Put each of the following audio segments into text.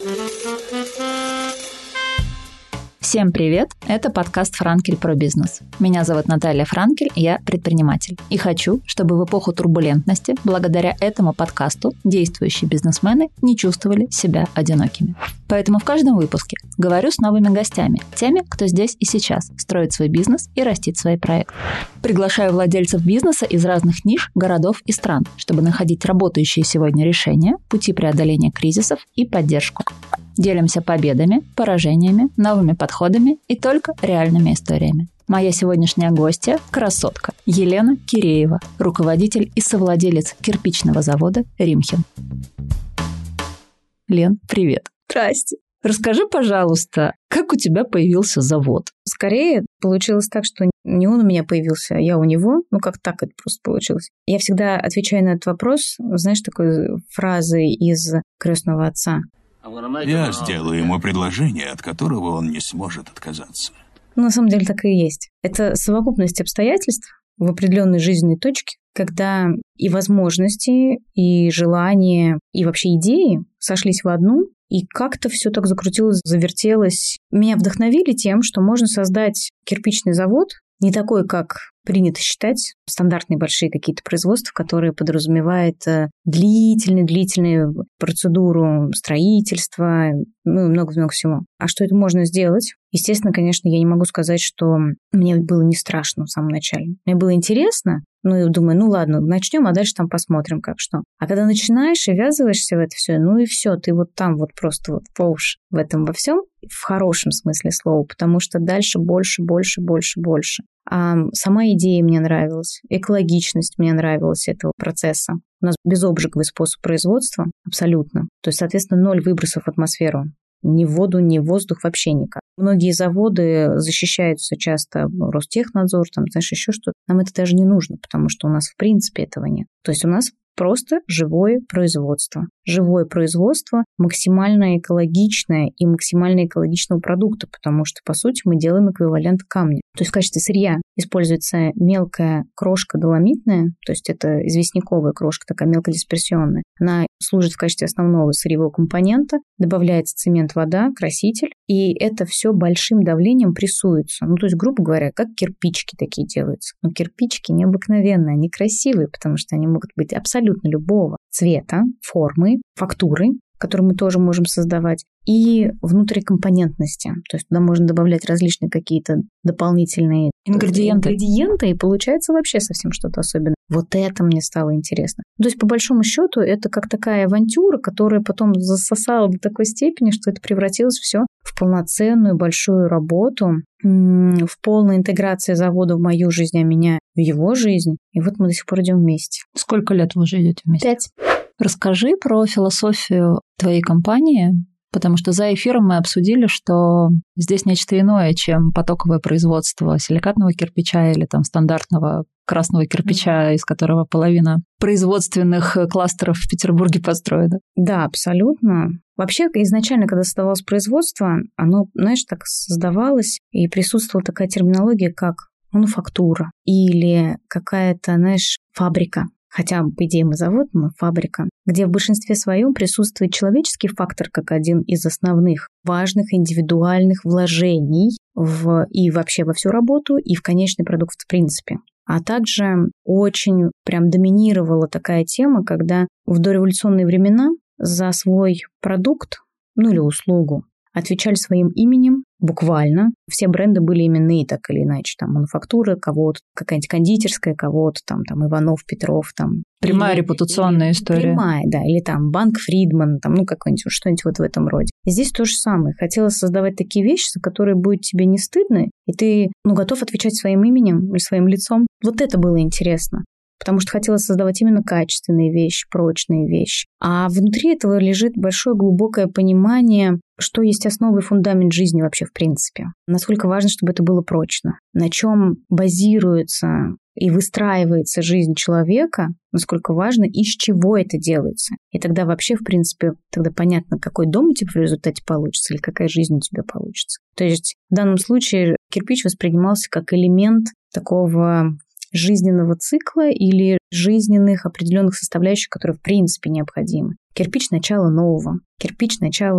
Всем привет! Это подкаст «Франкель про бизнес». Меня зовут Наталья Франкель, я предприниматель. И хочу, чтобы в эпоху турбулентности, благодаря этому подкасту, действующие бизнесмены не чувствовали себя одинокими. Поэтому в каждом выпуске говорю с новыми гостями, теми, кто здесь и сейчас строит свой бизнес и растит свои проекты. Приглашаю владельцев бизнеса из разных ниш, городов и стран, чтобы находить работающие сегодня решения, пути преодоления кризисов и поддержку. Делимся победами, поражениями, новыми подходами и только реальными историями. Моя сегодняшняя гостья – красотка Елена Киреева, руководитель и совладелец кирпичного завода «Римхен». Лен, привет. Здрасте. Расскажи, пожалуйста, как у тебя появился завод? Скорее получилось так, что не он у меня появился, а я у него. Как так это просто получилось. Я всегда отвечаю на этот вопрос, знаешь, такой фразой из «Крестного отца». Я сделаю ему предложение, от которого он не сможет отказаться. На самом деле так и есть. Это совокупность обстоятельств в определенной жизненной точке, когда и возможности, и желания, и вообще идеи сошлись в одну, и как-то все так закрутилось, завертелось. Меня вдохновили тем, что можно создать кирпичный завод, не такой, как принято считать, стандартные большие какие-то производства, которые подразумевают длительную процедуру строительства, и много-много всего. А что это можно сделать? Естественно, конечно, я не могу сказать, что мне было не страшно в самом начале. Мне было интересно, я думаю, ладно, начнем, а дальше там посмотрим, как что. А когда начинаешь и ввязываешься в это все, и все, ты там просто по уши в этом во всем, в хорошем смысле слова, потому что дальше больше. А сама идея мне нравилась, экологичность мне нравилась этого процесса. У нас безобжиговый способ производства абсолютно. То есть, соответственно, 0 выбросов в атмосферу. Ни в воду, ни в воздух, вообще никак. Многие заводы защищаются часто, Ростехнадзор, еще что-то. Нам это даже не нужно, потому что у нас в принципе этого нет. То есть у нас просто живое производство. Живое производство максимально экологичное и максимально экологичного продукта, потому что, по сути, мы делаем эквивалент камня. То есть в качестве сырья используется мелкая крошка доломитная, то есть это известняковая крошка, такая мелкодисперсионная. Она служит в качестве основного сырьевого компонента, добавляется цемент, вода, краситель, и это все большим давлением прессуется. То есть, грубо говоря, как кирпичики такие делаются. Но кирпичики необыкновенные, они красивые, потому что они могут быть абсолютно любого цвета, формы, фактуры, которые мы тоже можем создавать, и внутрикомпонентности. То есть туда можно добавлять различные какие-то дополнительные ингредиенты, и получается вообще совсем что-то особенное. Вот это мне стало интересно. То есть, по большому счету, это как такая авантюра, которая потом засосала до такой степени, что это превратилось все в полноценную большую работу, в полной интеграции завода в мою жизнь, а меня в его жизнь. И вот мы до сих пор идем вместе. Сколько лет вы уже идете вместе? 5. Расскажи про философию твоей компании, потому что за эфиром мы обсудили, что здесь нечто иное, чем потоковое производство силикатного кирпича или стандартного красного кирпича, из которого половина производственных кластеров в Петербурге построена. Да, абсолютно. Вообще, изначально, когда создавалось производство, оно, так создавалось, и присутствовала такая терминология, как мануфактура или какая-то, фабрика. Хотя, по идее, мы завод, мы фабрика, где в большинстве своем присутствует человеческий фактор как один из основных важных индивидуальных вложений и вообще во всю работу, и в конечный продукт в принципе. А также очень прям доминировала такая тема, когда в дореволюционные времена за свой продукт, или услугу, отвечали своим именем буквально. Все бренды были именные так или иначе. Мануфактура кого-то, какая-нибудь кондитерская кого-то, Иванов, Петров. Прямая репутационная история. Прямая, да. Или банк Фридман, какой-нибудь, что-нибудь вот в этом роде. И здесь то же самое. Хотелось создавать такие вещи, за которые будет тебе не стыдно, и ты готов отвечать своим именем или своим лицом. Вот это было интересно. Потому что хотелось создавать именно качественные вещи, прочные вещи. А внутри этого лежит большое глубокое понимание, что есть основа и фундамент жизни вообще в принципе. Насколько важно, чтобы это было прочно. На чем базируется и выстраивается жизнь человека, насколько важно, из чего это делается. И тогда вообще, в принципе, тогда понятно, какой дом у тебя в результате получится или какая жизнь у тебя получится. То есть в данном случае кирпич воспринимался как элемент такого жизненного цикла или жизненных определенных составляющих, которые в принципе необходимы. Кирпич – начало нового. Кирпич – начало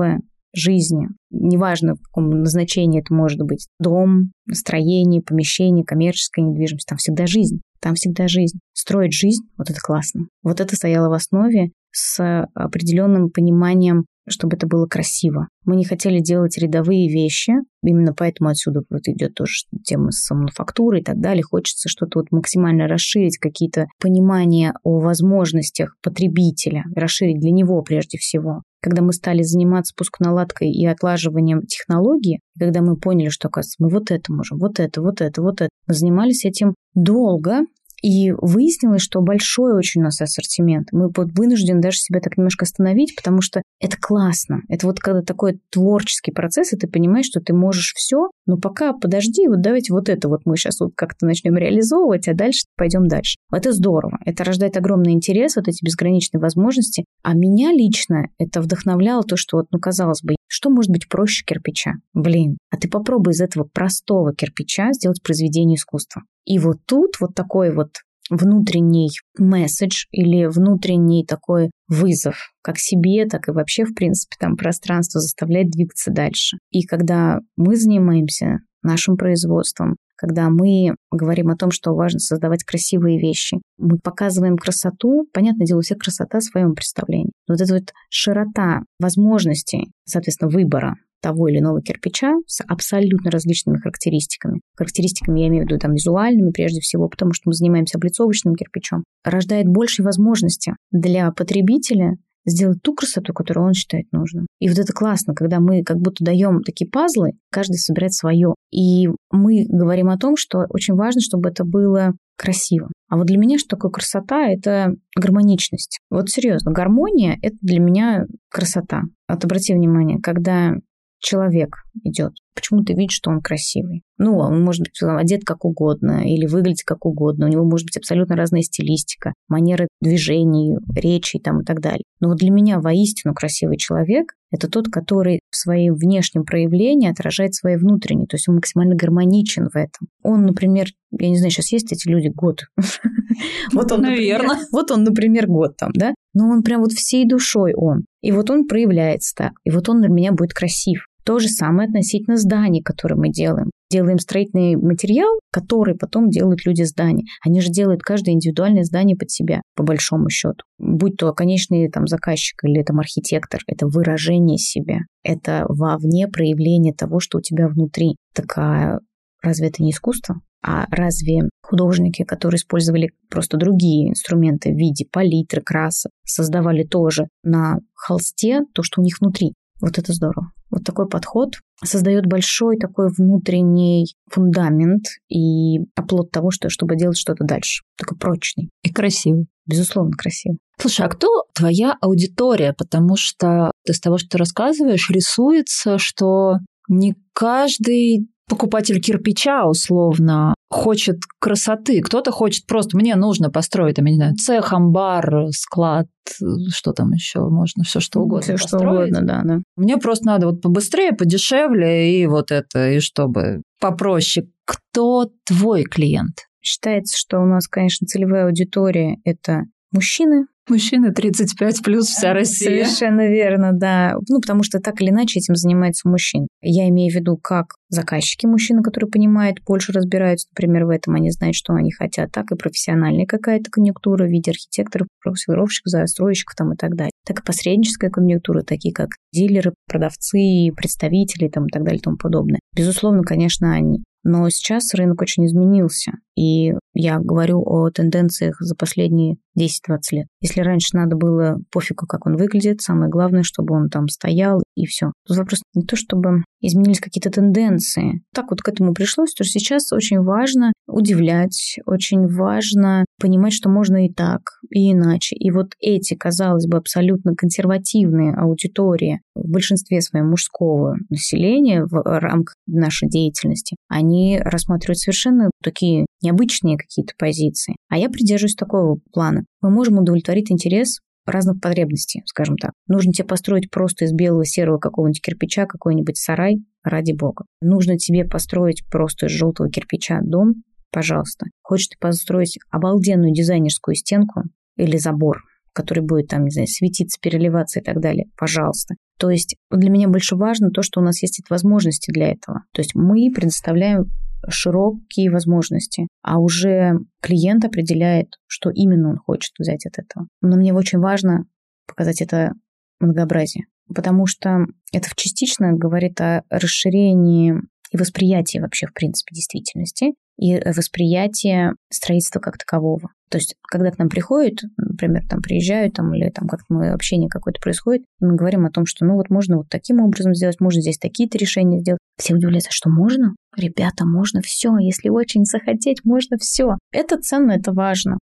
жизни. Неважно, в каком назначении это может быть. Дом, строение, помещение, коммерческая недвижимость. Там всегда жизнь. Там всегда жизнь. Строить жизнь – вот это классно. Вот это стояло в основе с определенным пониманием, чтобы это было красиво. Мы не хотели делать рядовые вещи, именно поэтому отсюда вот идет тоже тема с мануфактурой и так далее. Хочется что-то вот максимально расширить, какие-то понимания о возможностях потребителя, расширить для него прежде всего. Когда мы стали заниматься пусконаладкой и отлаживанием технологии, когда мы поняли, что, оказывается, мы вот это можем, вот это, мы занимались этим долго, и выяснилось, что большой очень у нас ассортимент. Мы вынуждены даже себя так немножко остановить, потому что это классно. Это вот когда такой творческий процесс, и ты понимаешь, что ты можешь все, но пока подожди, вот давайте вот это вот мы сейчас вот как-то начнем реализовывать, а дальше пойдем дальше. Это здорово. Это рождает огромный интерес, вот эти безграничные возможности. А меня лично это вдохновляло то, что вот, ну, казалось бы, что может быть проще кирпича? Блин, а ты попробуй из этого простого кирпича сделать произведение искусства. И вот тут вот такой вот внутренний месседж или внутренний такой вызов как себе, так и вообще, в принципе, там пространство заставляет двигаться дальше. И когда мы занимаемся нашим производством, когда мы говорим о том, что важно создавать красивые вещи, мы показываем красоту, понятное дело, у всех красота в своем представлении. Но вот эта вот широта возможностей, соответственно, выбора того или иного кирпича с абсолютно различными характеристиками. Характеристиками я имею в виду там визуальными прежде всего, потому что мы занимаемся облицовочным кирпичом, рождает большие возможности для потребителя сделать ту красоту, которую он считает нужным. И вот это классно, когда мы как будто даем такие пазлы, каждый собирает свое. И мы говорим о том, что очень важно, чтобы это было красиво. А вот для меня что такое красота? Это гармоничность. Вот серьезно, гармония – это для меня красота. Вот обрати внимание, когда человек идет, почему ты видишь, что он красивый? Ну, он может быть одет как угодно или выглядит как угодно. У него может быть абсолютно разная стилистика, манера движений, речи там, и так далее. Но вот для меня воистину красивый человек – это тот, который в своем внешнем проявлении отражает свои внутренние. То есть он максимально гармоничен в этом. Он, например, я не знаю, сейчас есть эти люди год. Вот он, наверное. Вот он, например, год там, да? Но он прям вот всей душой он. И вот он проявляется так. И вот он для меня будет красив. То же самое относительно зданий, которые мы делаем. Делаем строительный материал, который потом делают люди здания. Они же делают каждое индивидуальное здание под себя, по большому счету. Будь то конечный там заказчик или там архитектор, это выражение себя. Это вовне проявление того, что у тебя внутри. Так а разве это не искусство? А разве художники, которые использовали просто другие инструменты в виде палитры, красок, создавали тоже на холсте то, что у них внутри? Вот это здорово. Вот такой подход создает большой такой внутренний фундамент и оплот того, чтобы делать что-то дальше. Такой прочный. И красивый. Безусловно, красивый. Слушай, а кто твоя аудитория? Потому что из того, что ты рассказываешь, рисуется, что не каждый покупатель кирпича, условно, хочет красоты. Кто-то хочет просто, мне нужно построить, там, я не знаю, цех, амбар, склад, что там еще можно, все что угодно все построить. Что угодно, да. Мне просто надо вот побыстрее, подешевле, и вот это, и чтобы попроще. Кто твой клиент? Считается, что у нас, конечно, целевая аудитория – это мужчины. Мужчины 35 плюс вся Россия. Совершенно верно, да. Ну, потому что так или иначе этим занимается мужчин. Я имею в виду как заказчики мужчины, которые понимают, больше разбираются, например, в этом, они знают, что они хотят, так и профессиональная какая-то конъюнктура в виде архитекторов, проектировщиков, застройщиков там, и так далее. Так и посредническая конъюнктура, такие как дилеры, продавцы, представители там, и так далее и тому подобное. Безусловно, конечно, они. Но сейчас рынок очень изменился, и я говорю о тенденциях за последние 10-20 лет. Если раньше надо было пофигу, как он выглядит, самое главное, чтобы он там стоял, и все. Тут вопрос не то, чтобы изменились какие-то тенденции. Так вот к этому пришлось, что сейчас очень важно удивлять, очень важно понимать, что можно и так, и иначе. И вот эти, казалось бы, абсолютно консервативные аудитории в большинстве своем мужского населения в рамках нашей деятельности, они рассматривают совершенно такие необычные какие-то позиции. А я придерживаюсь такого плана. Мы можем удовлетворить интерес разных потребностей, скажем так. Нужно тебе построить просто из белого серого какого-нибудь кирпича какой-нибудь сарай, ради бога. Нужно тебе построить просто из желтого кирпича дом, пожалуйста. Хочешь ты построить обалденную дизайнерскую стенку или забор, который будет там, не знаю, светиться, переливаться и так далее, пожалуйста. То есть для меня больше важно то, что у нас есть возможности для этого. То есть мы предоставляем широкие возможности, а уже клиент определяет, что именно он хочет взять от этого. Но мне очень важно показать это многообразие, потому что это частично говорит о расширении и восприятии вообще, в принципе, действительности, и восприятие строительства как такового. То есть, когда к нам приходят, например, там приезжают, там, или там как-то общение какое-то происходит, мы говорим о том, что ну вот можно вот таким образом сделать, можно здесь такие-то решения сделать. Все удивляются, что можно? Ребята, можно все. Если очень захотеть, можно все. Это ценно, это важно.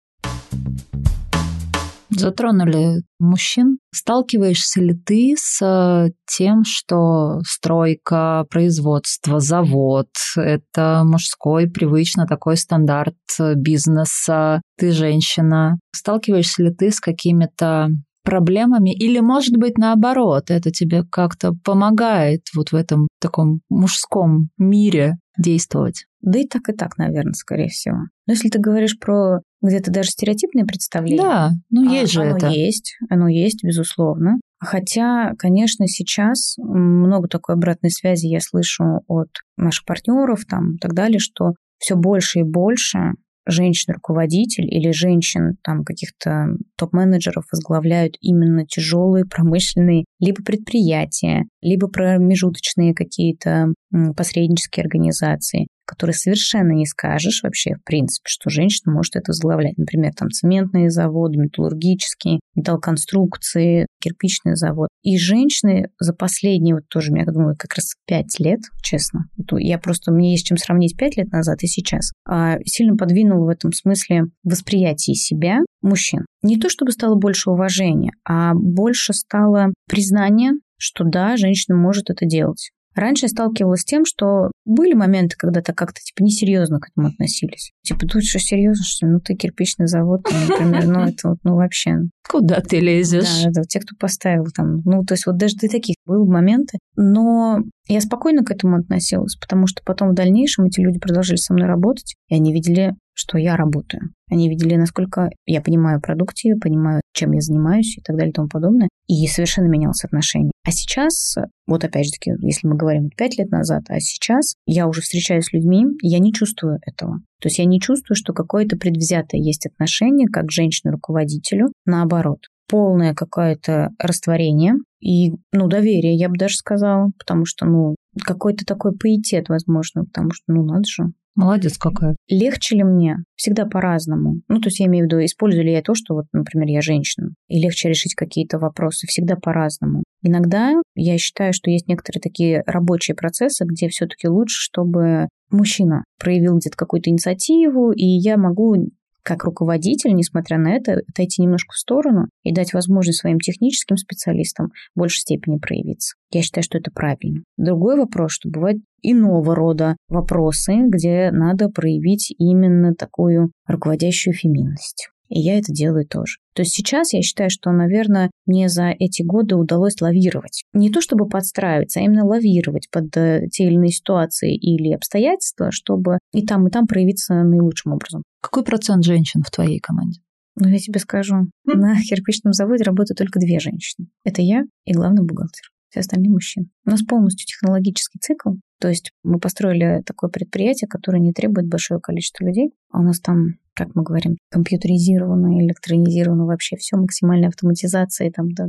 Затронули мужчин. Сталкиваешься ли ты с тем, что стройка, производство, завод – это мужской, привычно такой стандарт бизнеса? Ты женщина. Сталкиваешься ли ты с какими-то проблемами? Или, может быть, наоборот, это тебе как-то помогает вот в этом таком мужском мире действовать? Да и так, наверное, скорее всего. Но если ты говоришь про где-то даже стереотипные представления... Да, ну есть же это. Оно есть, безусловно. Хотя, конечно, сейчас много такой обратной связи я слышу от наших партнеров там, и так далее, что все больше и больше женщин-руководитель или женщин там каких-то топ-менеджеров возглавляют именно тяжелые промышленные либо предприятия, либо промежуточные какие-то посреднические организации, которые совершенно не скажешь вообще, в принципе, что женщина может это возглавлять. Например, там цементные заводы, металлургические, металлоконструкции, кирпичный завод. И женщины за последние, вот тоже, я думаю, как раз 5 лет, честно, мне есть чем сравнить 5 лет назад и сейчас, сильно подвинула в этом смысле восприятие себя мужчин. Не то чтобы стало больше уважения, а больше стало признание, что да, женщина может это делать. Раньше я сталкивалась с тем, что были моменты, когда-то как-то несерьезно к этому относились. Тут что, серьезно, что ли? Ты кирпичный завод, например, это вообще... Куда ты лезешь? Да, те, кто поставил там... то есть даже до таких были моменты. Но я спокойно к этому относилась, потому что потом в дальнейшем эти люди продолжили со мной работать, и они видели, что я работаю. Они видели, насколько я понимаю продукцию, понимаю, чем я занимаюсь и так далее и тому подобное. И совершенно менялось отношение. А сейчас, вот опять же таки, если мы говорим 5 лет назад, а сейчас я уже встречаюсь с людьми, и я не чувствую этого. То есть я не чувствую, что какое-то предвзятое есть отношение как к женщине-руководителю. Наоборот, полное какое-то растворение и, доверие, я бы даже сказала, потому что, какой-то такой пиетет, возможно, потому что, надо же. Молодец какая. Легче ли мне? Всегда по-разному. То есть я имею в виду, использую ли я то, что, например, я женщина, и легче решить какие-то вопросы. Всегда по-разному. Иногда я считаю, что есть некоторые такие рабочие процессы, где все-таки лучше, чтобы мужчина проявил где-то какую-то инициативу, и я могу как руководитель, несмотря на это, отойти немножко в сторону и дать возможность своим техническим специалистам в большей степени проявиться. Я считаю, что это правильно. Другой вопрос, что бывают иного рода вопросы, где надо проявить именно такую руководящую феминность. И я это делаю тоже. То есть сейчас я считаю, что, наверное, мне за эти годы удалось лавировать. Не то чтобы подстраиваться, а именно лавировать под те или иные ситуации или обстоятельства, чтобы и там проявиться наилучшим образом. Какой процент женщин в твоей команде? Я тебе скажу. На кирпичном заводе работают только 2 женщины. Это я и главный бухгалтер. Все остальные мужчины. У нас полностью технологический цикл. То есть мы построили такое предприятие, которое не требует большое количество людей. А у нас там, как мы говорим, компьютеризировано, электронизировано вообще все, максимальная автоматизация,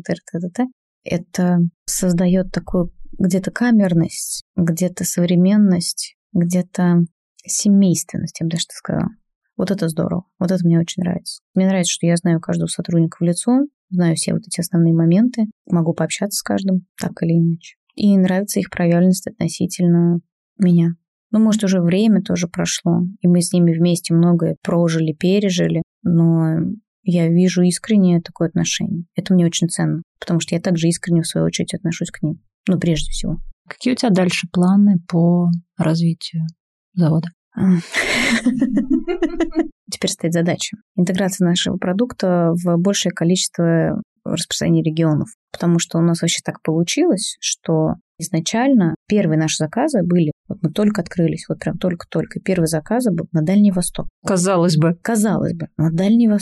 Это создает такую где-то камерность, где-то современность, где-то семейственность, я бы даже так сказала. Вот это здорово. Вот это мне очень нравится. Мне нравится, что я знаю каждого сотрудника в лицо, знаю все вот эти основные моменты, могу пообщаться с каждым так или иначе. И нравится их проявленность относительно меня. Может, уже время тоже прошло, и мы с ними вместе многое прожили, пережили, но я вижу искреннее такое отношение. Это мне очень ценно, потому что я также искренне, в свою очередь, отношусь к ним. Прежде всего. Какие у тебя дальше планы по развитию завода? Теперь стоит задача. Интеграция нашего продукта в большее количество распространения регионов. Потому что у нас вообще так получилось, что изначально первые наши заказы были, мы только открылись, прям только-только. Первые заказы были на Дальний Восток. Казалось бы, на Дальний Восток.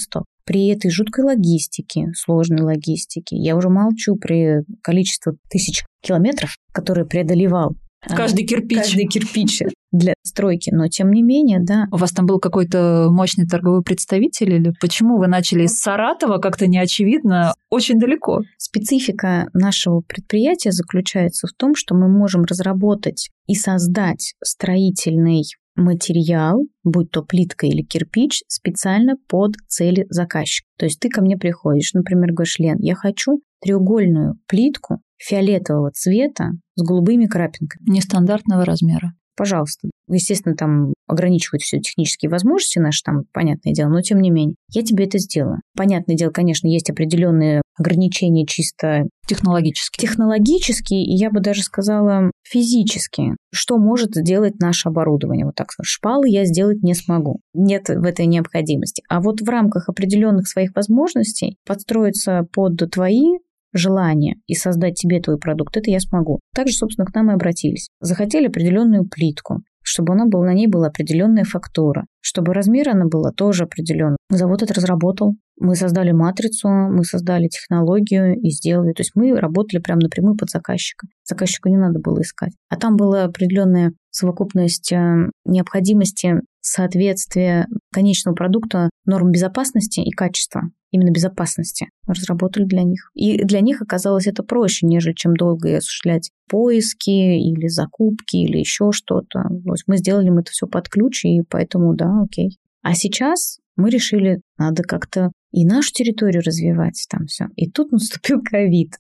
при этой жуткой логистике, сложной логистике, я уже молчу при количестве тысяч километров, которые преодолевал Каждый кирпич для стройки, но тем не менее, да. У вас там был какой-то мощный торговый представитель или почему вы начали из Саратова, как-то неочевидно, очень далеко? Специфика нашего предприятия заключается в том, что мы можем разработать и создать строительный материал, будь то плитка или кирпич, специально под цели заказчика. То есть ты ко мне приходишь, например, говоришь: Лен, я хочу треугольную плитку фиолетового цвета с голубыми крапинками. Нестандартного размера. Пожалуйста. Естественно, там ограничивают все технические возможности наши, там, понятное дело, но тем не менее, я тебе это сделаю. Понятное дело, конечно, есть определенные ограничения чисто технологические, и я бы даже сказала физические. Что может сделать наше оборудование? Вот так сказать, шпалы я сделать не смогу. Нет в этой необходимости. А вот в рамках определенных своих возможностей подстроиться под твои желание и создать тебе твой продукт, это я смогу. Также, собственно, к нам и обратились. Захотели определенную плитку, чтобы на ней была определенная фактура, чтобы размер она была тоже определенный. Завод это разработал. Мы создали матрицу, мы создали технологию и сделали. То есть мы работали прямо напрямую под заказчика. Заказчику не надо было искать. А там была определенная совокупность необходимости соответствия конечного продукта нормам безопасности и качества. Именно безопасности мы разработали для них. И для них оказалось это проще, нежели чем долго осуществлять поиски или закупки или еще что-то. То есть мы сделали это все под ключ, и поэтому да, окей. А сейчас мы решили, надо как-то и нашу территорию развивать, там все. И тут наступил ковид.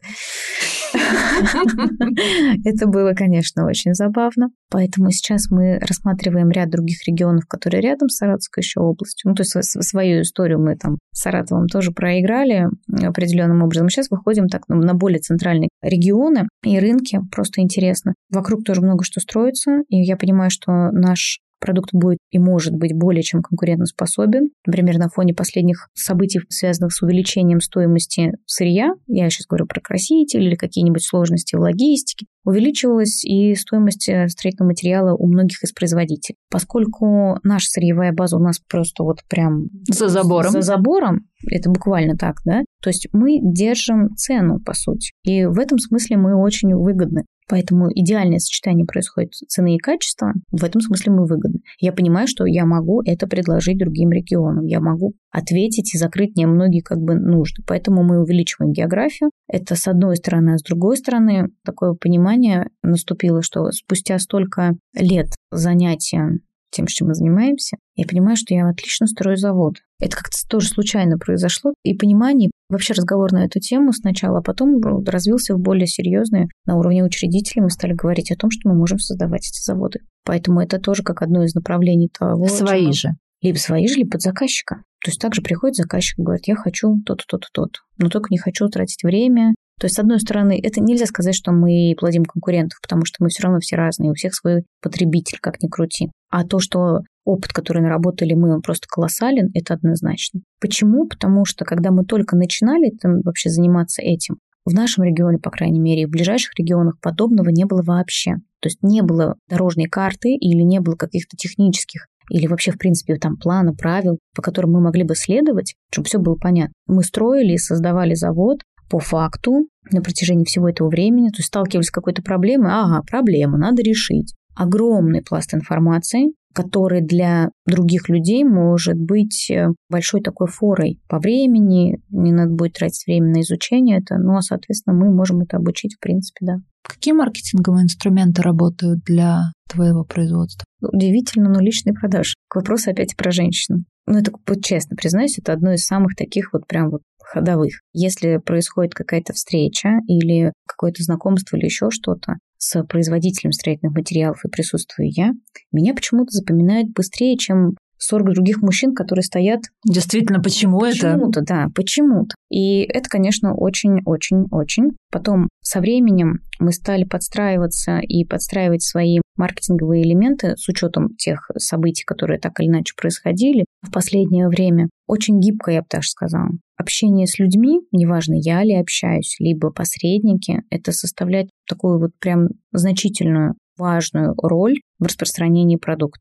Это было, конечно, очень забавно. Поэтому сейчас мы рассматриваем ряд других регионов, которые рядом с Саратовской еще областью. Ну, то есть свою историю мы там с Саратовом тоже проиграли определенным образом. Сейчас выходим так на более центральные регионы и рынки. Просто интересно. Вокруг тоже много что строится. И я понимаю, что наш продукт будет и может быть более чем конкурентоспособен. Например, на фоне последних событий, связанных с увеличением стоимости сырья, я сейчас говорю про красители или какие-нибудь сложности в логистике, увеличивалась и стоимость строительного материала у многих из производителей. Поскольку наша сырьевая база у нас просто вот прям за забором, это буквально так, да, то есть мы держим цену, по сути. И в этом смысле мы очень выгодны. Поэтому идеальное сочетание происходит цены и качества. В этом смысле мы выгодны. Я понимаю, что я могу это предложить другим регионам. Я могу ответить и закрыть немногие нужды. Поэтому мы увеличиваем географию. Это с одной стороны. А с другой стороны, такое понимание наступило, что спустя столько лет занятия тем, чем мы занимаемся, я понимаю, что я отлично строю завод. Это как-то тоже случайно произошло. И понимание, вообще разговор на эту тему сначала, а потом развился в более серьезные. На уровне учредителей мы стали говорить о том, что мы можем создавать эти заводы. Поэтому это тоже как одно из направлений того. Свои же. Либо свои же, либо под заказчика. То есть также приходит заказчик и говорит: я хочу то-то, то-то, то-то. Но только не хочу тратить время. То есть, с одной стороны, это нельзя сказать, что мы плодим конкурентов, потому что мы все равно все разные, у всех свой потребитель, как ни крути. А то, что опыт, который наработали мы, он просто колоссален, это однозначно. Почему? Потому что, когда мы только начинали вообще заниматься этим, в нашем регионе, по крайней мере, и в ближайших регионах подобного не было вообще. То есть не было дорожной карты или не было каких-то технических или вообще, в принципе, там плана, правил, по которым мы могли бы следовать, чтобы все было понятно. Мы строили и создавали завод по факту на протяжении всего этого времени, то есть сталкивались с какой-то проблемой, проблема, надо решить. Огромный пласт информации, который для других людей может быть большой такой форой по времени, не надо будет тратить время на изучение это, а, соответственно, мы можем это обучить, в принципе, да. Какие маркетинговые инструменты работают для твоего производства? Удивительно, но личные продажи. К вопросу опять про женщину. Это, честно признаюсь, это одно из самых таких прям ходовых. Если происходит какая-то встреча или какое-то знакомство или еще что-то с производителем строительных материалов и присутствую я, меня почему-то запоминают быстрее, чем 40 других мужчин, которые стоят. Действительно, почему это? Почему-то, да, почему-то. И это, конечно, очень-очень-очень. Потом со временем мы стали подстраиваться и подстраивать свои маркетинговые элементы с учетом тех событий, которые так или иначе происходили в последнее время. Очень гибко, я бы даже сказала. Общение с людьми, неважно, я ли общаюсь, либо посредники, это составляет такую прям значительную, важную роль в распространении продукта.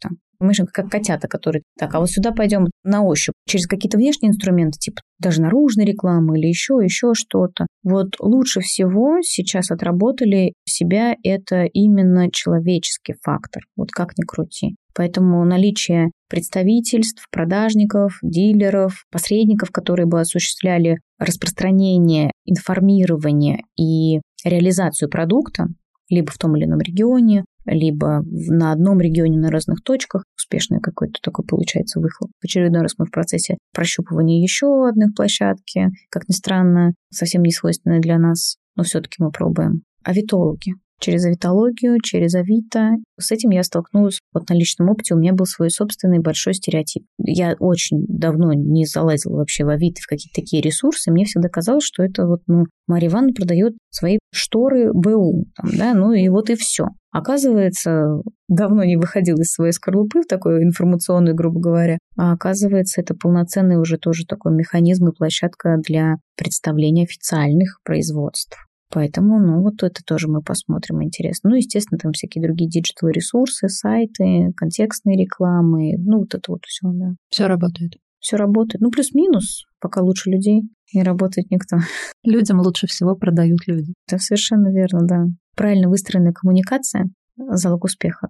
Понимаешь, как котята, которые так, а вот сюда пойдем на ощупь, через какие-то внешние инструменты, типа даже наружной рекламы или еще что-то. Вот лучше всего сейчас отработали себя это именно человеческий фактор, вот как ни крути. Поэтому наличие представительств, продажников, дилеров, посредников, которые бы осуществляли распространение, информирование и реализацию продукта, либо в том или ином регионе, либо на одном регионе на разных точках. Успешный какой-то такой получается выхлоп. В очередной раз мы в процессе прощупывания еще одной площадки, как ни странно, совсем не свойственной для нас, но все-таки мы пробуем. Авитологи. Через авитологию, через Авито. С этим я столкнулась вот на личном опыте. У меня был свой собственный большой стереотип. Я очень давно не залазила вообще в Авито, в какие-то такие ресурсы. Мне всегда казалось, что это вот, Марья Ивановна продает свои шторы БУ, и вот и все. Оказывается, давно не выходила из своей скорлупы в такой информационной, грубо говоря. А оказывается, это полноценный уже тоже такой механизм и площадка для представления официальных производств. Поэтому, вот это тоже мы посмотрим, интересно. Естественно, там всякие другие диджитал-ресурсы, сайты, контекстные рекламы, вот это вот все, да. Все работает. Все работает. Плюс-минус, пока лучше людей не работает никто. Людям лучше всего продают люди. Это совершенно верно, да. Правильно выстроенная коммуникация – залог успеха.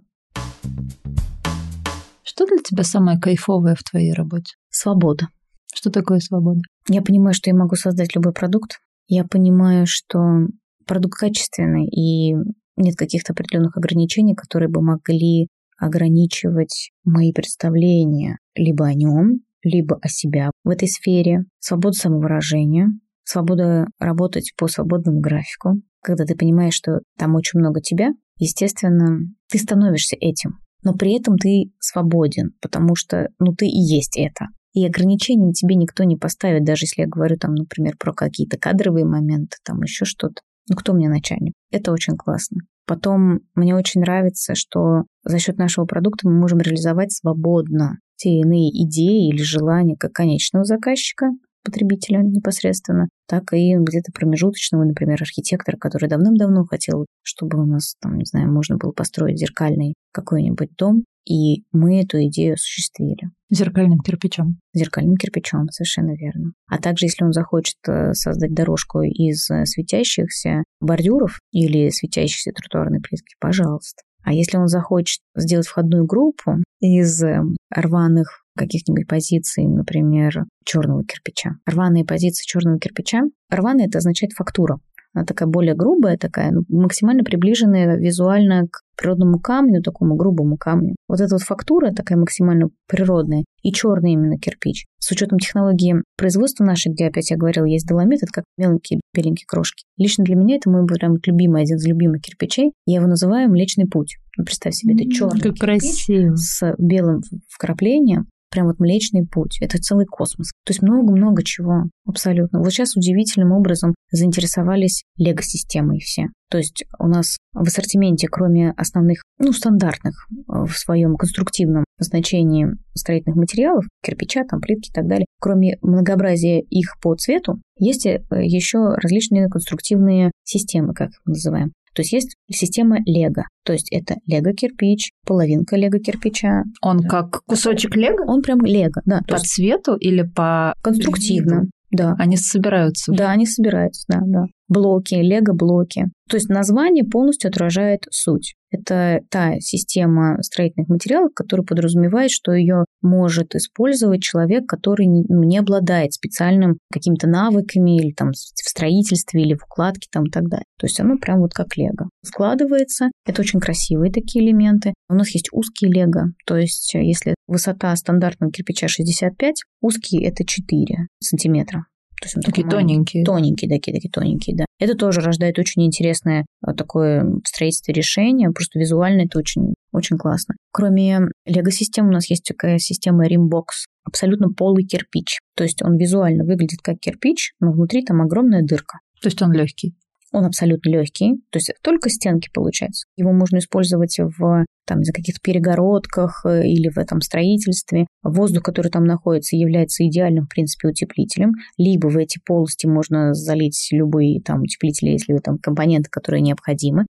Что для тебя самое кайфовое в твоей работе? Свобода. Что такое свобода? Я понимаю, что я могу создать любой продукт. Я понимаю, что продукт качественный, и нет каких-то определенных ограничений, которые бы могли ограничивать мои представления либо о нем, либо о себя в этой сфере. Свобода самовыражения, свобода работать по свободному графику. Когда ты понимаешь, что там очень много тебя, естественно, ты становишься этим. Но при этом ты свободен, потому что ты и есть это. И ограничений тебе никто не поставит, даже если я говорю, например, про какие-то кадровые моменты, еще что-то. Кто мне начальник? Это очень классно. Потом мне очень нравится, что за счет нашего продукта мы можем реализовать свободно те иные идеи или желания как конечного заказчика, потребителя непосредственно, так и где-то промежуточного, например, архитектора, который давным-давно хотел, чтобы у нас, можно было построить зеркальный какой-нибудь дом, и мы эту идею осуществили. Зеркальным кирпичом. Зеркальным кирпичом, совершенно верно. А также, если он захочет создать дорожку из светящихся бордюров или светящейся тротуарной плитки, пожалуйста. А если он захочет сделать входную группу из рваных каких-нибудь позиций, например, черного кирпича. Рваные позиции черного кирпича. Рваный – это означает фактура. Она такая более грубая, такая, максимально приближенная визуально к природному камню, такому грубому камню. Вот эта вот фактура такая максимально природная и черный именно кирпич. С учетом технологии производства нашей, где, опять я говорила, есть доломит, это как меленькие беленькие крошки. Лично для меня это мой прям любимый, один из любимых кирпичей. Я его называю Млечный Путь. Представь себе, это черный как кирпич красиво. с белым вкраплением. Прям вот Млечный Путь. Это целый космос. То есть много-много чего. Абсолютно. Вот сейчас удивительным образом заинтересовались лего-системой все. То есть у нас в ассортименте, кроме основных, стандартных в своем конструктивном значении строительных материалов, кирпича, плитки и так далее, кроме многообразия их по цвету, есть еще различные конструктивные системы, как их мы называем. То есть есть система лего. То есть это лего-кирпич, половинка лего-кирпича. Он как кусочек лего? Он прям лего, да. По цвету или по... Конструктивно, да. Они собираются? Да, они собираются, да. Блоки, лего-блоки. То есть название полностью отражает суть. Это та система строительных материалов, которая подразумевает, что ее может использовать человек, который не обладает специальным какими-то навыками или в строительстве, или в укладке и так далее. То есть оно прям вот как лего. Складывается. Это очень красивые такие элементы. У нас есть узкие лего. То есть если высота стандартного кирпича 65, узкие это 4 сантиметра. То есть он такие тоненькие. Такие тоненькие, да. Это тоже рождает очень интересное такое строительство решения. Просто визуально это очень, очень классно. Кроме лего-систем у нас есть такая система Rimbox. Абсолютно полый кирпич. То есть он визуально выглядит как кирпич, но внутри там огромная дырка. То есть он легкий. Он абсолютно легкий, то есть только стенки получается. Его можно использовать в каких-то перегородках или в этом строительстве. Воздух, который там находится, является идеальным, в принципе, утеплителем. Либо в эти полости можно залить любые утеплители, если компоненты, которые необходимы.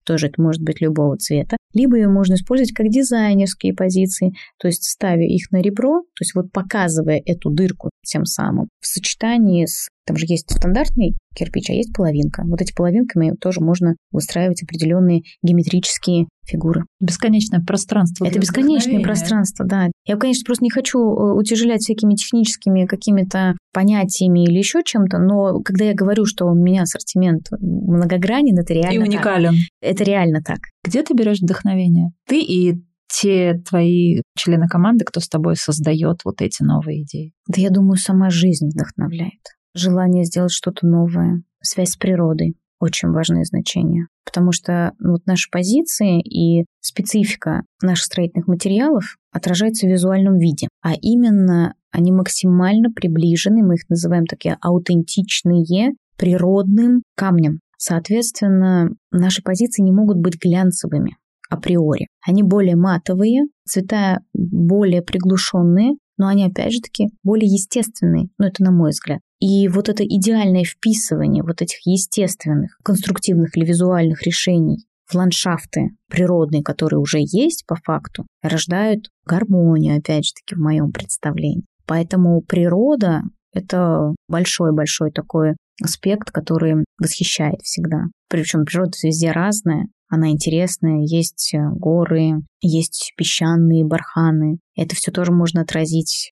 тоже это может быть любого цвета, либо ее можно использовать как дизайнерские позиции, то есть ставя их на ребро, то есть вот показывая эту дырку тем самым в сочетании с... Там же есть стандартный кирпич, а есть половинка. Вот эти половинками тоже можно выстраивать определенные геометрические фигуры. Бесконечное пространство. Это бесконечное пространство, да. Я, конечно, просто не хочу утяжелять всякими техническими какими-то понятиями или еще чем-то, но когда я говорю, что у меня ассортимент многогранен, это реально и уникален. Так. Это реально так. Где ты берешь вдохновение? Ты и те твои члены команды, кто с тобой создает вот эти новые идеи? Да я думаю, сама жизнь вдохновляет. Желание сделать что-то новое, связь с природой – очень важное значение. Потому что вот наши позиции и специфика наших строительных материалов отражается в визуальном виде. А именно они максимально приближены, мы их называем такие аутентичные, природным камнем. Соответственно, наши позиции не могут быть глянцевыми априори. Они более матовые, цвета более приглушенные, но они, опять же таки, более естественные. Ну, это на мой взгляд. И вот это идеальное вписывание вот этих естественных, конструктивных или визуальных решений в ландшафты природные, которые уже есть по факту, рождают гармонию, опять же таки, в моем представлении. Поэтому природа – это большой-большой такой аспект, который восхищает всегда. Причем природа везде разная, она интересная, есть горы, есть песчаные барханы. Это все тоже можно отразить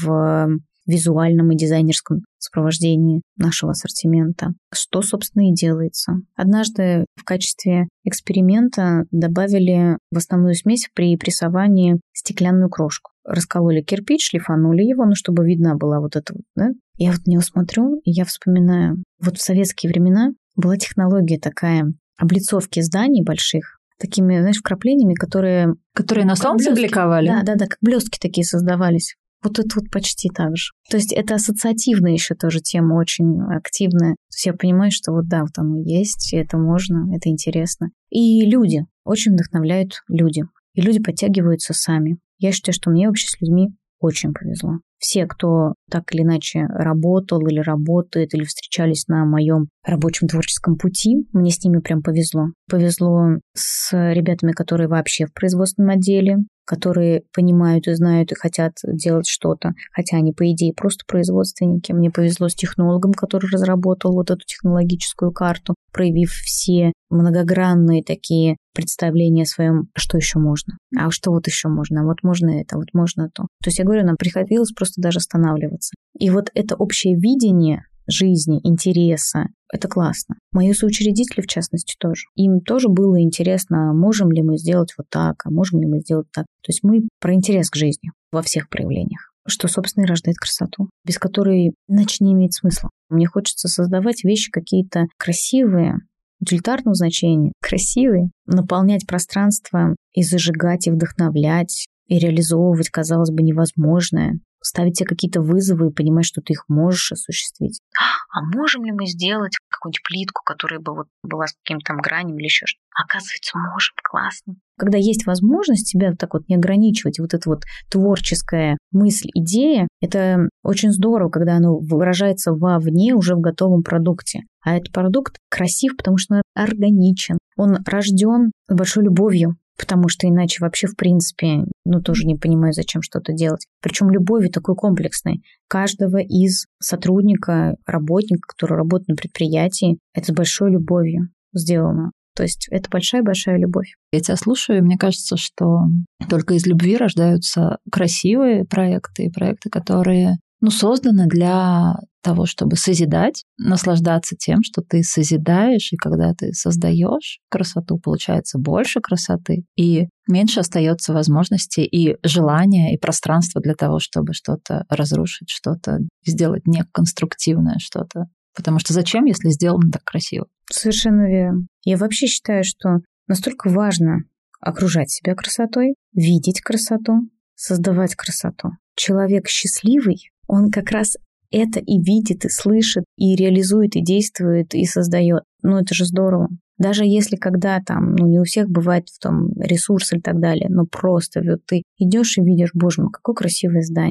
в визуальном и дизайнерском сопровождении нашего ассортимента. Что, собственно, и делается. Однажды в качестве эксперимента добавили в основную смесь при прессовании стеклянную крошку. Раскололи кирпич, шлифанули его, чтобы видна была вот эта вот, да? Я вот на него смотрю, и я вспоминаю, вот в советские времена была технология такая облицовки зданий больших, такими, знаешь, вкраплениями, которые на солнце бликовали? Да, как блестки такие создавались. Вот это вот почти так же. То есть это ассоциативная еще тоже тема, очень активная. То есть я понимаю, что вот да, вот оно есть, это можно, это интересно. И люди, очень вдохновляют люди. И люди подтягиваются сами. Я считаю, что мне вообще с людьми очень повезло. Все, кто так или иначе работал или работает, или встречались на моем рабочем творческом пути, мне с ними прям повезло. Повезло с ребятами, которые вообще в производственном отделе, которые понимают и знают и хотят делать что-то, хотя они, по идее, просто производственники. Мне повезло с технологом, который разработал вот эту технологическую карту, проявив все многогранные такие представления о своем, что еще можно, а что вот еще можно, а вот можно это, вот можно то. То есть я говорю, нам приходилось просто даже останавливаться. И вот это общее видение жизни, интереса, это классно. Мои соучредители, в частности, тоже. Им тоже было интересно, можем ли мы сделать вот так, а можем ли мы сделать так. То есть мы про интерес к жизни во всех проявлениях, что, собственно, и рождает красоту, без которой иначе не имеет смысла. Мне хочется создавать вещи какие-то красивые, утилитарного значения, красивые, наполнять пространство и зажигать, и вдохновлять, и реализовывать, казалось бы, невозможное, ставить себе какие-то вызовы и понимать, что ты их можешь осуществить. А можем ли мы сделать какую-нибудь плитку, которая бы вот была с каким-то там гранем или еще что-то? Оказывается, можем, классно. Когда есть возможность себя вот так вот не ограничивать, вот эта вот творческая мысль, идея, это очень здорово, когда оно выражается вовне, уже в готовом продукте. А этот продукт красив, потому что он органичен, он рожден большой любовью. Потому что иначе вообще, в принципе, тоже не понимаю, зачем что-то делать. Причем любовью такой комплексной. Каждого из сотрудника, работника, который работает на предприятии, это с большой любовью сделано. То есть это большая-большая любовь. Я тебя слушаю, и мне кажется, что только из любви рождаются красивые проекты, и проекты, которые созданы для того, чтобы созидать, наслаждаться тем, что ты созидаешь, и когда ты создаешь красоту, получается больше красоты, и меньше остается возможностей и желания, и пространства для того, чтобы что-то разрушить, что-то сделать неконструктивное, что-то. Потому что зачем, если сделано так красиво? Совершенно верно. Я вообще считаю, что настолько важно окружать себя красотой, видеть красоту, создавать красоту. Человек счастливый, он как раз это и видит, и слышит, и реализует, и действует, и создает. Это же здорово. Даже если когда там, не у всех бывает в том ресурс и так далее, но просто вот ты идешь и видишь, боже мой, какое красивое здание.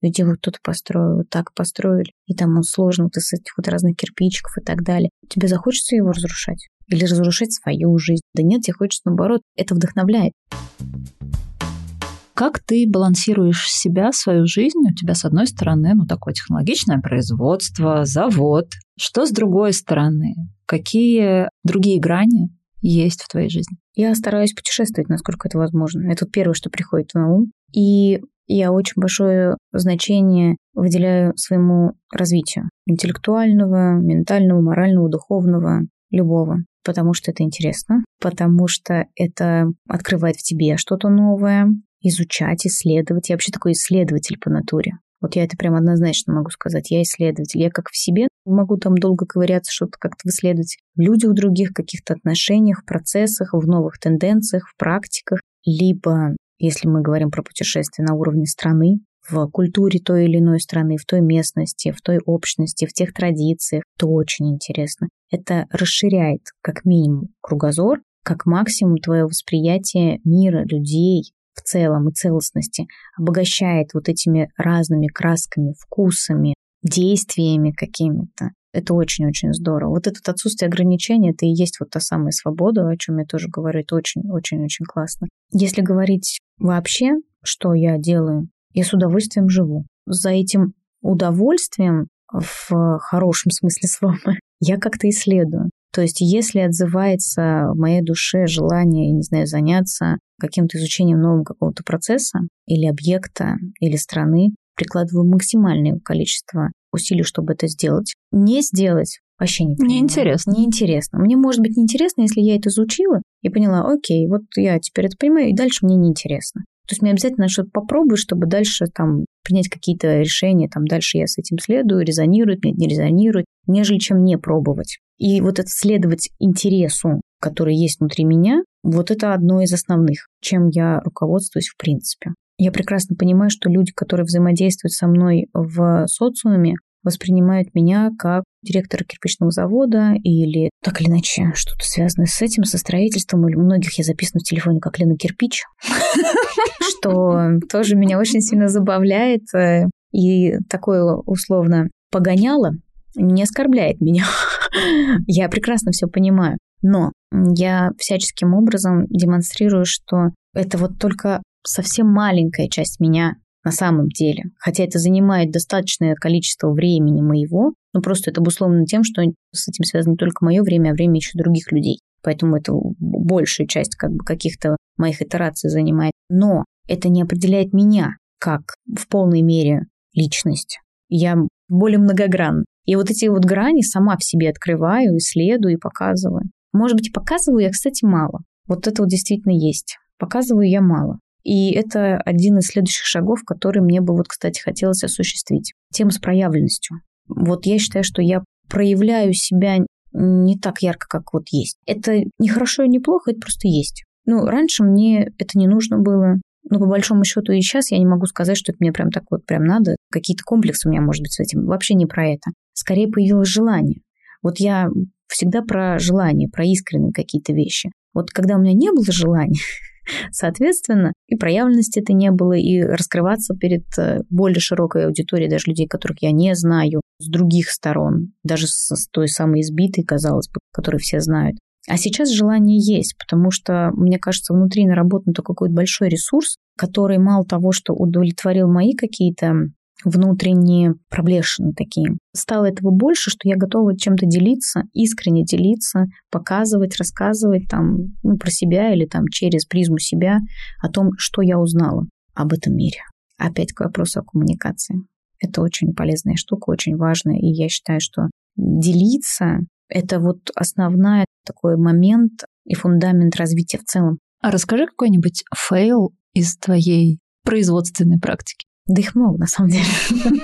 где вот кто-то построил, вот так построили, и там он сложно вот из этих вот разных кирпичиков и так далее. Тебе захочется его разрушать? Или разрушать свою жизнь? Да нет, тебе хочется наоборот. Это вдохновляет. Как ты балансируешь себя, свою жизнь? У тебя, с одной стороны, такое технологичное производство, завод. Что с другой стороны? Какие другие грани есть в твоей жизни? Я стараюсь путешествовать, насколько это возможно. Это первое, что приходит на ум. И я очень большое значение выделяю своему развитию. Интеллектуального, ментального, морального, духовного, любого. Потому что это интересно. Потому что это открывает в тебе что-то новое. Изучать, исследовать. Я вообще такой исследователь по натуре. Вот я это прям однозначно могу сказать. Я исследователь. Я как в себе могу там долго ковыряться, что-то как-то исследовать. В людях других, каких-то отношениях, процессах, в новых тенденциях, в практиках. Либо, если мы говорим про путешествия на уровне страны, в культуре той или иной страны, в той местности, в той общности, в тех традициях, то очень интересно. Это расширяет как минимум кругозор, как максимум твое восприятие мира, людей, в целом и целостности, обогащает вот этими разными красками, вкусами, действиями какими-то. Это очень-очень здорово. Вот это отсутствие ограничений, это и есть вот та самая свобода, о чем я тоже говорю, это очень-очень-очень классно. Если говорить вообще, что я делаю, я с удовольствием живу. За этим удовольствием, в хорошем смысле слова, я как-то исследую. То есть если отзывается в моей душе желание, я не знаю, заняться каким-то изучением нового какого-то процесса или объекта, или страны, прикладываю максимальное количество усилий, чтобы это сделать. Не сделать вообще не понимаю. Неинтересно. Неинтересно. Мне может быть неинтересно, если я это изучила и поняла, окей, вот я теперь это понимаю, и дальше мне неинтересно. То есть мне обязательно что-то попробовать, чтобы дальше там принять какие-то решения, там дальше я с этим следую, резонирует, нет, не резонирует, нежели чем не пробовать. И вот это следовать интересу, который есть внутри меня, вот это одно из основных, чем я руководствуюсь в принципе. Я прекрасно понимаю, что люди, которые взаимодействуют со мной в социуме, воспринимают меня как директора кирпичного завода или так или иначе что-то связанное с этим, со строительством. Или у многих я записана в телефоне как Лена Кирпич, что тоже меня очень сильно забавляет. И такое условно погоняло не оскорбляет меня. Я прекрасно все понимаю. Но я всяческим образом демонстрирую, что это вот только совсем маленькая часть меня на самом деле. Хотя это занимает достаточное количество времени моего, но просто это обусловлено тем, что с этим связано не только мое время, а время еще других людей. Поэтому это большую часть каких-то моих итераций занимает. Но это не определяет меня как в полной мере личность. Я более многогранна. И вот эти вот грани сама в себе открываю, исследую и показываю. Может быть, и показываю я, кстати, мало. Вот это вот действительно есть. Показываю я мало. И это один из следующих шагов, который мне бы, вот, кстати, хотелось осуществить. Тема с проявленностью. Вот я считаю, что я проявляю себя не так ярко, как вот есть. Это не хорошо и не плохо, это просто есть. Раньше мне это не нужно было. Но по большому счету и сейчас я не могу сказать, что это мне прям так вот прям надо. Какие-то комплексы у меня, может быть, с этим. Вообще не про это. Скорее появилось желание. Вот я всегда про желание, про искренние какие-то вещи. Вот когда у меня не было желания, соответственно, и проявленности это не было, и раскрываться перед более широкой аудиторией, даже людей, которых я не знаю, с других сторон, даже с той самой избитой, казалось бы, которую все знают. А сейчас желание есть, потому что, мне кажется, внутри наработан такой какой-то большой ресурс, который мало того, что удовлетворил мои какие-то внутренние проблешины такие. Стало этого больше, что я готова чем-то делиться, искренне делиться, показывать, рассказывать там, про себя или там через призму себя о том, что я узнала об этом мире. Опять к вопросу о коммуникации. Это очень полезная штука, очень важная, и я считаю, что делиться – это вот основной такой момент и фундамент развития в целом. А расскажи какой-нибудь фейл из твоей производственной практики. Да их много, на самом деле.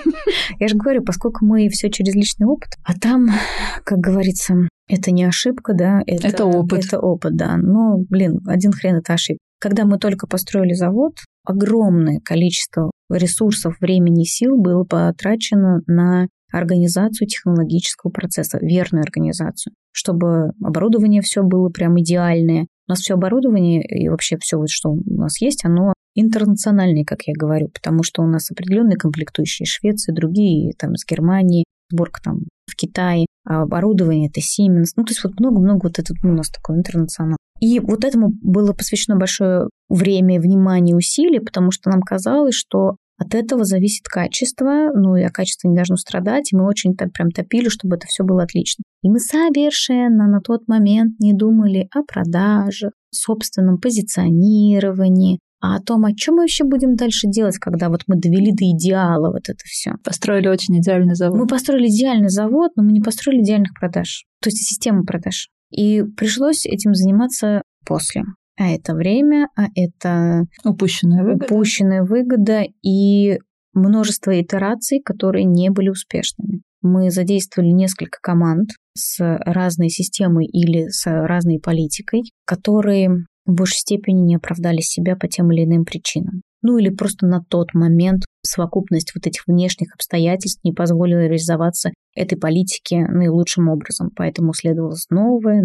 Я же говорю, поскольку мы все через личный опыт, а там, как говорится, это не ошибка, да, это опыт. Это опыт, да. Но, один хрен это ошибка. Когда мы только построили завод, огромное количество ресурсов, времени и сил было потрачено на организацию технологического процесса, верную организацию, чтобы оборудование все было прям идеальное. У нас все оборудование и вообще все, что у нас есть, оно интернациональный, как я говорю, потому что у нас определенные комплектующие Швеции, другие там из Германии, сборка там в Китае, а оборудование это Siemens. Ну, то есть вот много-много вот этот у нас такой интернационал. И вот этому было посвящено большое время, внимание, усилия, потому что нам казалось, что от этого зависит качество, ну и качество не должно страдать, и мы очень прям топили, чтобы это все было отлично. И мы совершенно на тот момент не думали о продажах, собственном позиционировании, а о том, о чем мы вообще будем дальше делать, когда вот мы довели до идеала вот это все. Построили очень идеальный завод. Мы построили идеальный завод, но мы не построили идеальных продаж, то есть систему продаж. И пришлось этим заниматься после. А это время, а это упущенная выгода и множество итераций, которые не были успешными. Мы задействовали несколько команд с разной системой или с разной политикой, которые в большей степени не оправдали себя по тем или иным причинам. Ну или просто на тот момент совокупность вот этих внешних обстоятельств не позволила реализоваться этой политике наилучшим образом. Поэтому следовалось новое.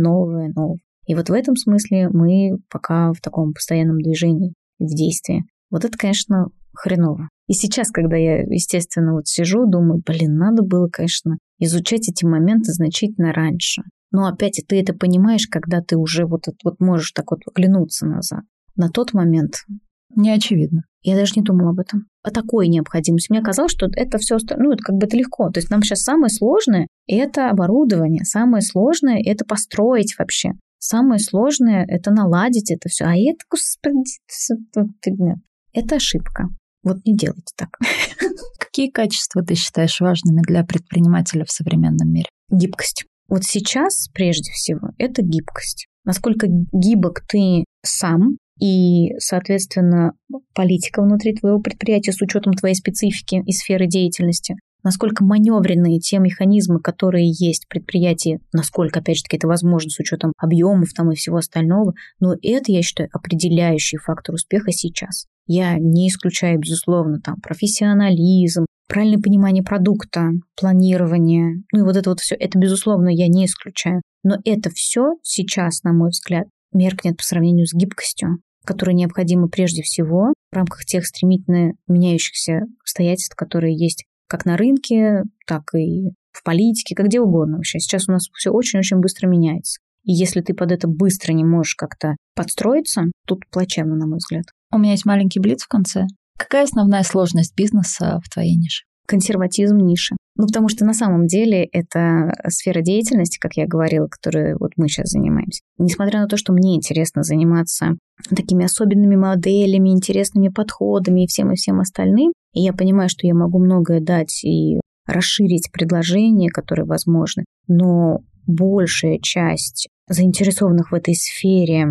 И вот в этом смысле мы пока в таком постоянном движении, в действии. Вот это, конечно, хреново. И сейчас, когда я, естественно, вот сижу, думаю, надо было, конечно, изучать эти моменты значительно раньше. Но опять ты это понимаешь, когда ты уже вот можешь так вот оглянуться назад. На тот момент не очевидно. Я даже не думала об этом. О такой необходимости. Мне казалось, что это все, это легко. То есть нам сейчас самое сложное – это оборудование. Самое сложное – это построить вообще. Самое сложное – это наладить это все. А это, господи, фигня. Это ошибка. Вот не делайте так. Какие качества ты считаешь важными для предпринимателя в современном мире? Гибкость. Вот сейчас, прежде всего, это гибкость. Насколько гибок ты сам и, соответственно, политика внутри твоего предприятия с учетом твоей специфики и сферы деятельности. Насколько маневренные те механизмы, которые есть в предприятии, насколько, опять же таки, это возможно с учетом объемов там и всего остального. Но это, я считаю, определяющий фактор успеха сейчас. Я не исключаю, безусловно, там профессионализм, правильное понимание продукта, планирование, и вот это вот все, это, безусловно, я не исключаю. Но это все сейчас, на мой взгляд, меркнет по сравнению с гибкостью, которая необходима прежде всего в рамках тех стремительно меняющихся обстоятельств, которые есть как на рынке, так и в политике, как где угодно вообще. Сейчас у нас все очень-очень быстро меняется. И если ты под это быстро не можешь как-то подстроиться, тут плачевно, на мой взгляд. У меня есть маленький блиц в конце. Какая основная сложность бизнеса в твоей нише? Консерватизм ниши. Потому что на самом деле это сфера деятельности, как я говорила, которой вот мы сейчас занимаемся. Несмотря на то, что мне интересно заниматься такими особенными моделями, интересными подходами и всем остальным, и я понимаю, что я могу многое дать и расширить предложения, которые возможны, но большая часть заинтересованных в этой сфере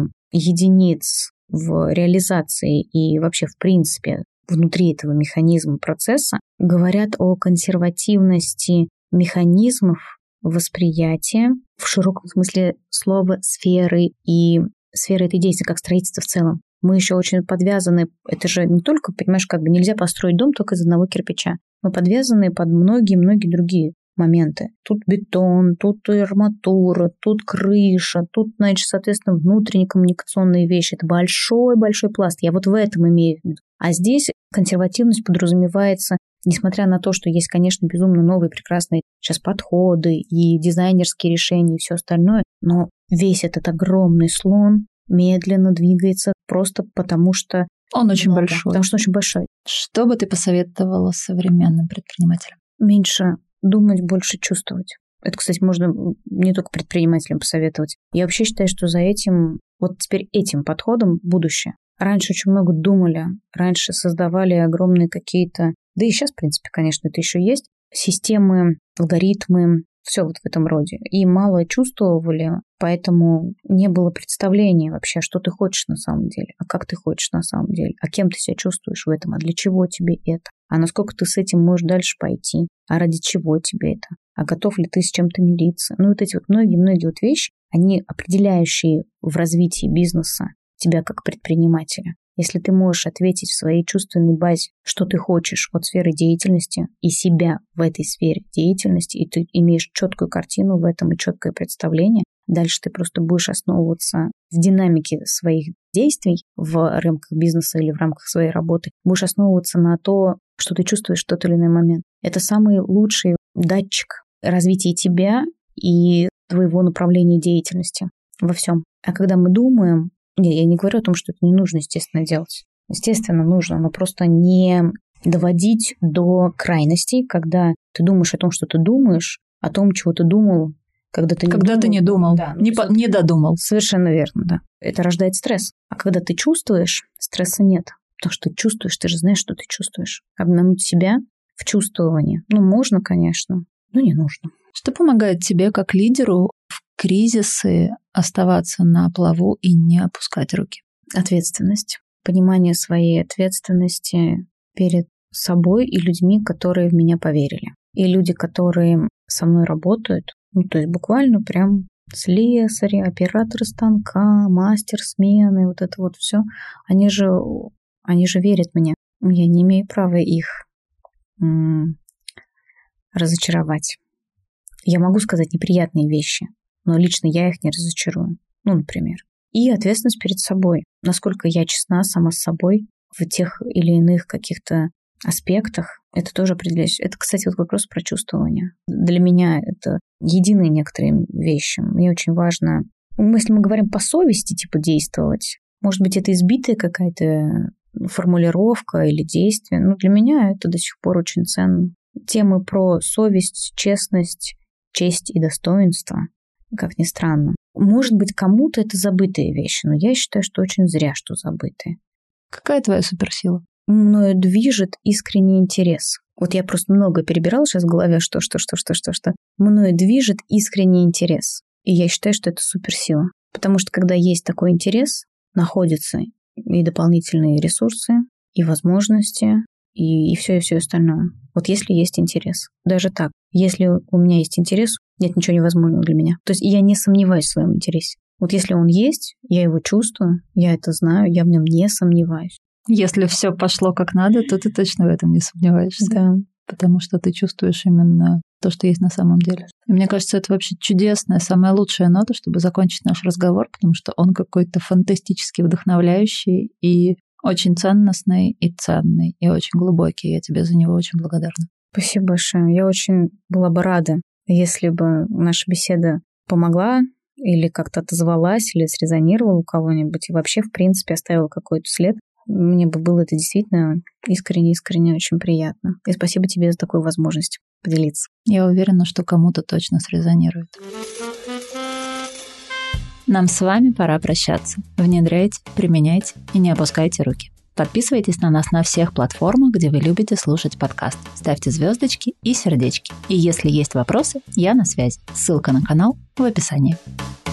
единиц в реализации и вообще в принципе внутри этого механизма процесса говорят о консервативности механизмов восприятия в широком смысле слова сферы и сферы этой деятельности, как строительство в целом. Мы еще очень подвязаны, это же не только, понимаешь, как бы нельзя построить дом только из одного кирпича. Мы подвязаны под многие-многие другие моменты. Тут бетон, тут арматура, тут крыша, тут, значит, соответственно, внутренние коммуникационные вещи. Это большой-большой пласт. Я вот в этом имею в виду. А здесь консервативность подразумевается, несмотря на то, что есть, конечно, безумно новые прекрасные сейчас подходы и дизайнерские решения и все остальное, но весь этот огромный слон медленно двигается просто потому, что он очень большой. Потому что очень большой. Что бы ты посоветовала современным предпринимателям? Меньше думать, больше чувствовать. Это, кстати, можно не только предпринимателям посоветовать. Я вообще считаю, что за этим, вот теперь этим подходом будущее. Раньше очень много думали, раньше создавали огромные какие-то, да и сейчас, в принципе, конечно, это еще есть, системы, алгоритмы, все вот в этом роде. И мало чувствовали, поэтому не было представления вообще, что ты хочешь на самом деле, а как ты хочешь на самом деле, а кем ты себя чувствуешь в этом, а для чего тебе это, а насколько ты с этим можешь дальше пойти, а ради чего тебе это, а готов ли ты с чем-то мириться. Ну, вот эти вот многие вот вещи, они определяющие в развитии бизнеса тебя как предпринимателя. Если ты можешь ответить в своей чувственной базе, что ты хочешь от сферы деятельности и себя в этой сфере деятельности, и ты имеешь четкую картину в этом и четкое представление, дальше ты просто будешь основываться в динамике своих действий в рамках бизнеса или в рамках своей работы будешь основываться на то, что ты чувствуешь в тот или иной момент. Это самый лучший датчик развития тебя и твоего направления деятельности во всем. А когда мы думаем, я не говорю о том, что это не нужно, естественно, делать. Естественно, нужно, но просто не доводить до крайностей, когда ты думаешь о том, что ты думаешь, о том, чего ты думал, когда ты не думал. Да, Не додумал. Совершенно верно, да. Это рождает стресс. А когда ты чувствуешь, стресса нет. Потому что ты чувствуешь, ты же знаешь, что ты чувствуешь. Обмануть себя в чувствовании. Можно, конечно, но не нужно. Что помогает тебе как лидеру в кризисы оставаться на плаву и не опускать руки? Ответственность. Понимание своей ответственности перед собой и людьми, которые в меня поверили. И люди, которые со мной работают, то есть буквально прям слесари, операторы станка, мастер смены, вот это вот все, они же верят мне. Я не имею права их разочаровать. Я могу сказать неприятные вещи, но лично я их не разочарую. Например. И ответственность перед собой. Насколько я честна сама с собой в тех или иных каких-то аспектах, это тоже определяется. Это, кстати, вот вопрос про чувствование. Для меня это единые некоторые вещи. Мне очень важно, если мы говорим по совести, действовать, может быть, это избитая какая-то формулировка или действие, но для меня это до сих пор очень ценно. Темы про совесть, честность, честь и достоинство, как ни странно. Может быть, кому-то это забытые вещи, но я считаю, что очень зря, что забытые. Какая твоя суперсила? Мною движет искренний интерес. Вот я просто много перебирала сейчас в голове, что. Мною движет искренний интерес. И я считаю, что это суперсила. Потому что когда есть такой интерес, находятся и дополнительные ресурсы, и возможности, и все остальное. Вот если есть интерес. Даже так. Если у меня есть интерес, нет ничего невозможного для меня. То есть я не сомневаюсь в своем интересе. Вот если он есть, я его чувствую, я это знаю, я в нем не сомневаюсь. Если все пошло как надо, то ты точно в этом не сомневаешься. Да. Потому что ты чувствуешь именно то, что есть на самом деле. И мне кажется, это вообще чудесная, самая лучшая нота, чтобы закончить наш разговор, потому что он какой-то фантастически вдохновляющий и очень ценностный и ценный, и очень глубокий. Я тебе за него очень благодарна. Спасибо большое. Я очень была бы рада, если бы наша беседа помогла или как-то отозвалась, или срезонировала у кого-нибудь, и вообще, в принципе, оставила какой-то след. Мне бы было это действительно искренне очень приятно. И спасибо тебе за такую возможность поделиться. Я уверена, что кому-то точно срезонирует. Нам с вами пора прощаться. Внедряйте, применяйте и не опускайте руки. Подписывайтесь на нас на всех платформах, где вы любите слушать подкаст. Ставьте звездочки и сердечки. И если есть вопросы, я на связи. Ссылка на канал в описании.